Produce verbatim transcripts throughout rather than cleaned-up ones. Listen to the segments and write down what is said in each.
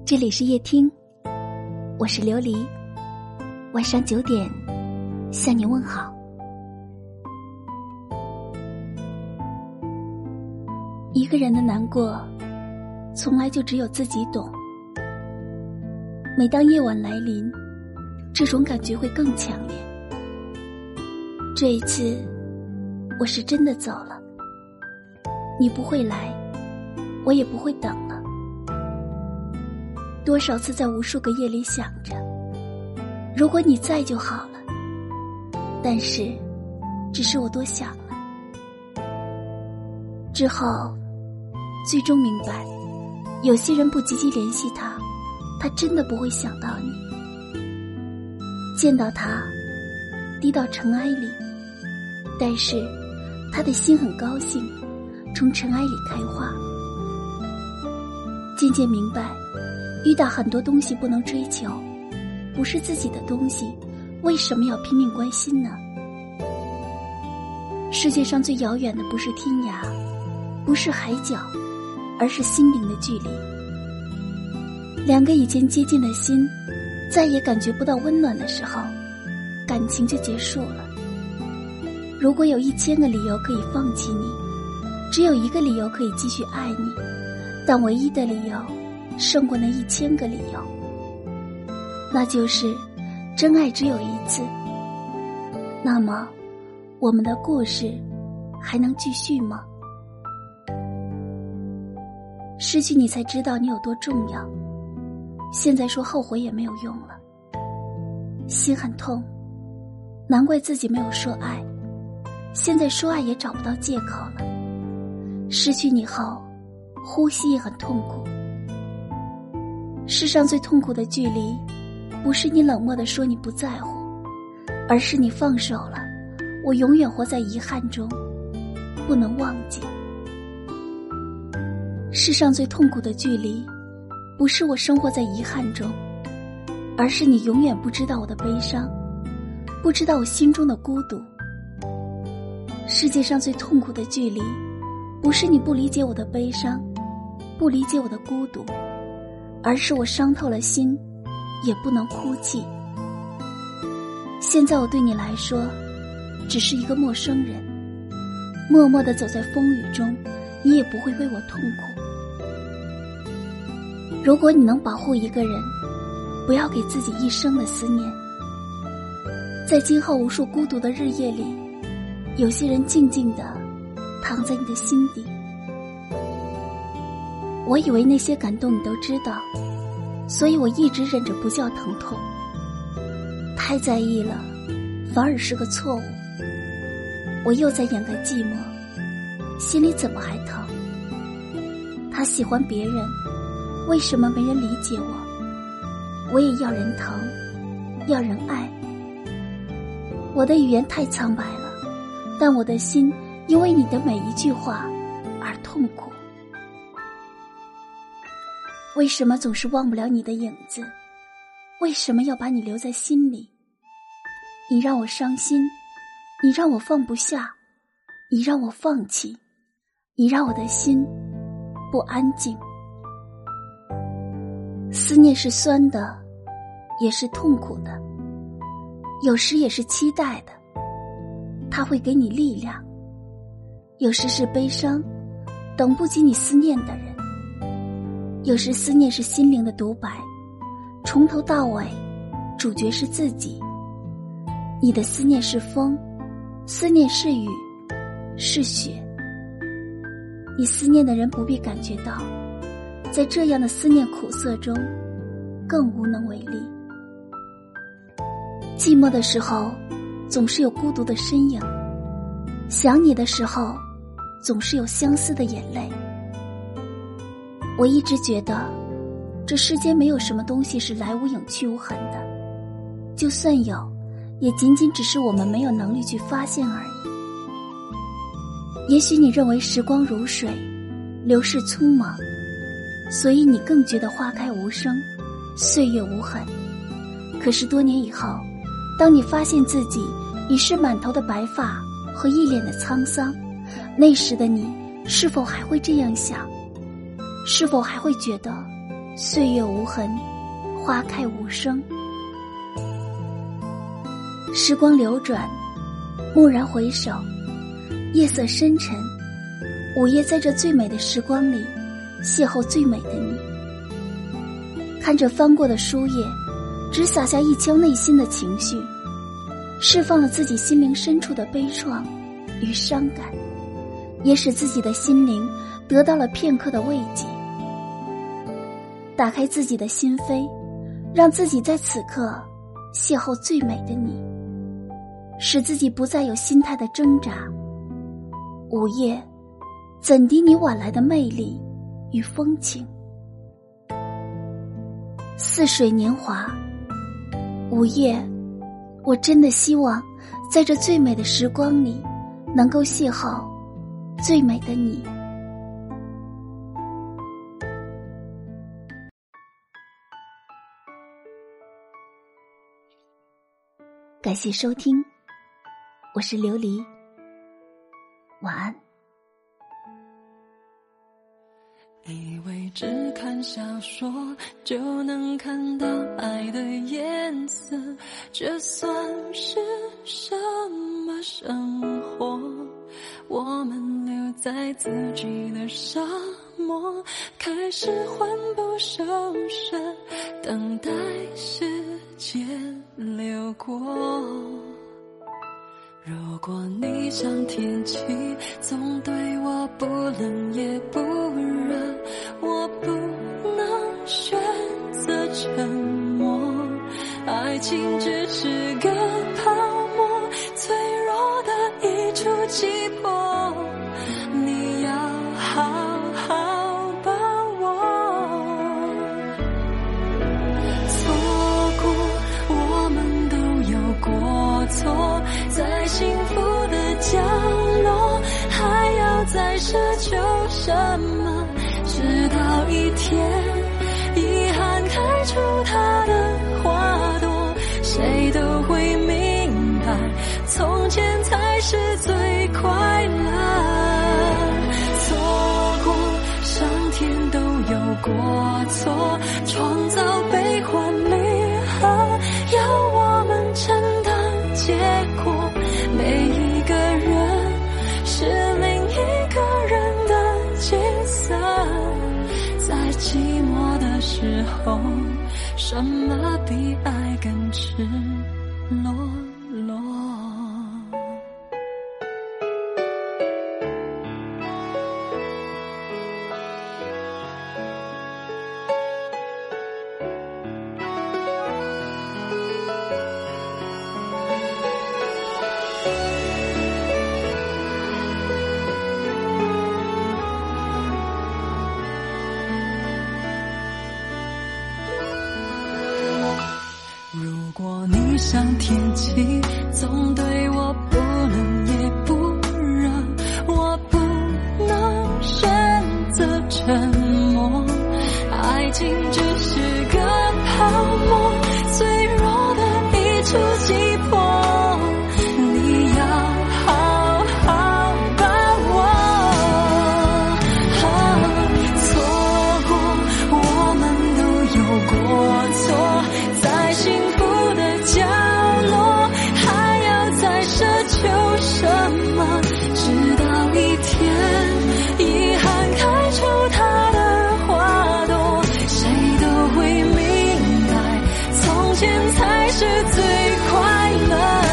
这里是夜听，我是琉璃，晚上九点向你问好。一个人的难过，从来就只有自己懂。每当夜晚来临，这种感觉会更强烈。这一次，我是真的走了，你不会来，我也不会等了。多少次在无数个夜里想着，如果你在就好了，但是只是我多想了。之后最终明白，有些人不积极联系他，他真的不会想到你。见到他低到尘埃里，但是他的心很高兴，从尘埃里开花。渐渐明白，遇到很多东西不能追求，不是自己的东西，为什么要拼命关心呢？世界上最遥远的不是天涯，不是海角，而是心灵的距离。两个以前接近的心，再也感觉不到温暖的时候，感情就结束了。如果有一千个理由可以放弃你，只有一个理由可以继续爱你，但唯一的理由胜过那一千个理由，那就是真爱只有一次。那么我们的故事还能继续吗？失去你才知道你有多重要，现在说后悔也没有用了。心很痛，难怪自己没有说爱，现在说爱也找不到借口了。失去你后，呼吸也很痛苦。世上最痛苦的距离，不是你冷漠地说你不在乎，而是你放手了，我永远活在遗憾中，不能忘记。世上最痛苦的距离，不是我生活在遗憾中，而是你永远不知道我的悲伤，不知道我心中的孤独。世界上最痛苦的距离，不是你不理解我的悲伤，不理解我的孤独，而是我伤透了心，也不能哭泣。现在我对你来说，只是一个陌生人，默默地走在风雨中，你也不会为我痛苦。如果你能保护一个人，不要给自己一生的思念。在今后无数孤独的日夜里，有些人静静地躺在你的心底。我以为那些感动你都知道，所以我一直忍着不叫疼痛。太在意了，反而是个错误。我又在掩盖寂寞，心里怎么还疼？他喜欢别人，为什么没人理解我？我也要人疼，要人爱。我的语言太苍白了，但我的心因为你的每一句话而痛苦。为什么总是忘不了你的影子？为什么要把你留在心里？你让我伤心，你让我放不下，你让我放弃，你让我的心不安静。思念是酸的，也是痛苦的，有时也是期待的，它会给你力量。有时是悲伤，等不及你思念的人。有时思念是心灵的独白，从头到尾，主角是自己。你的思念是风，思念是雨，是雪。你思念的人不必感觉到，在这样的思念苦涩中，更无能为力。寂寞的时候，总是有孤独的身影；想你的时候，总是有相思的眼泪。我一直觉得，这世间没有什么东西是来无影去无痕的，就算有，也仅仅只是我们没有能力去发现而已。也许你认为时光如水，流逝匆忙，所以你更觉得花开无声，岁月无痕。可是多年以后，当你发现自己已是满头的白发和一脸的沧桑，那时的你是否还会这样想？是否还会觉得岁月无痕，花开无声。时光流转，蓦然回首，夜色深沉，午夜在这最美的时光里邂逅最美的你。看着翻过的书页，只洒下一腔内心的情绪，释放了自己心灵深处的悲怆与伤感，也使自己的心灵得到了片刻的慰藉。打开自己的心扉，让自己在此刻邂逅最美的你，使自己不再有心态的挣扎。午夜怎敌你晚来的魅力与风情？似水年华，午夜，我真的希望在这最美的时光里能够邂逅最美的你。感谢收听，我是琉璃，晚安。 以为只看小说就能看到爱的颜色，这算是什么生活？我们留在自己的沙漠，开始魂不守舍，等待时间流过。如果你像天气，总对我不冷也不热，我不能选择沉默。爱情只是个泡沫，脆弱的一触即破，你要好好把握。错过，我们都有过错，在幸福的角落，还要再奢求什么？直到一天，遗憾开出它的花朵，谁都会明白，从前才是最快乐。错过，上天都有过错，创造悲欢离合，要我们承担结果。每一个人是另一个人的景色，在寂寞的时候，什么比爱更赤裸裸？你像天气，总对我不冷也不热，我不能选择沉默。爱情只是个泡沫，脆弱的一触即破，你要好好把握。错过，我们都有过错，在幸福角落，还要再奢求什么？直到一天，遗憾开出它的花朵，谁都会明白，从前才是最快乐。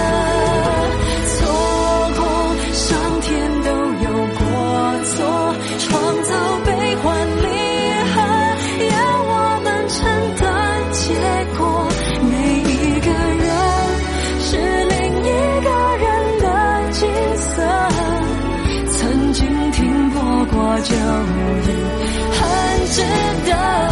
错过，上天都有过错，创造悲欢离合，要我们承担结果。每一个是另一个人的景色，曾经停泊过就已很值得。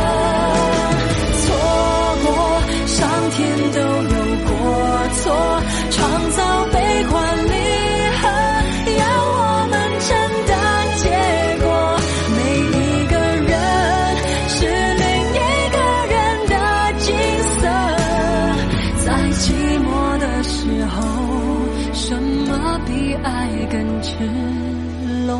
错过，上天都有过错，创造悲欢离合，要我们承担结果。每一个人是另一个人的景色，在寂寞的时候，什么比爱更赤裸？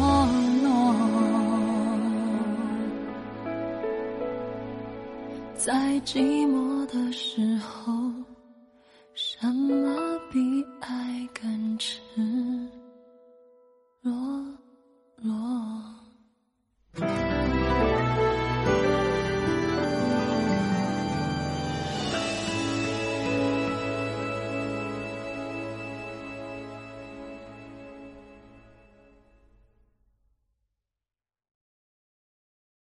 在寂寞的时候，什么比爱更痴？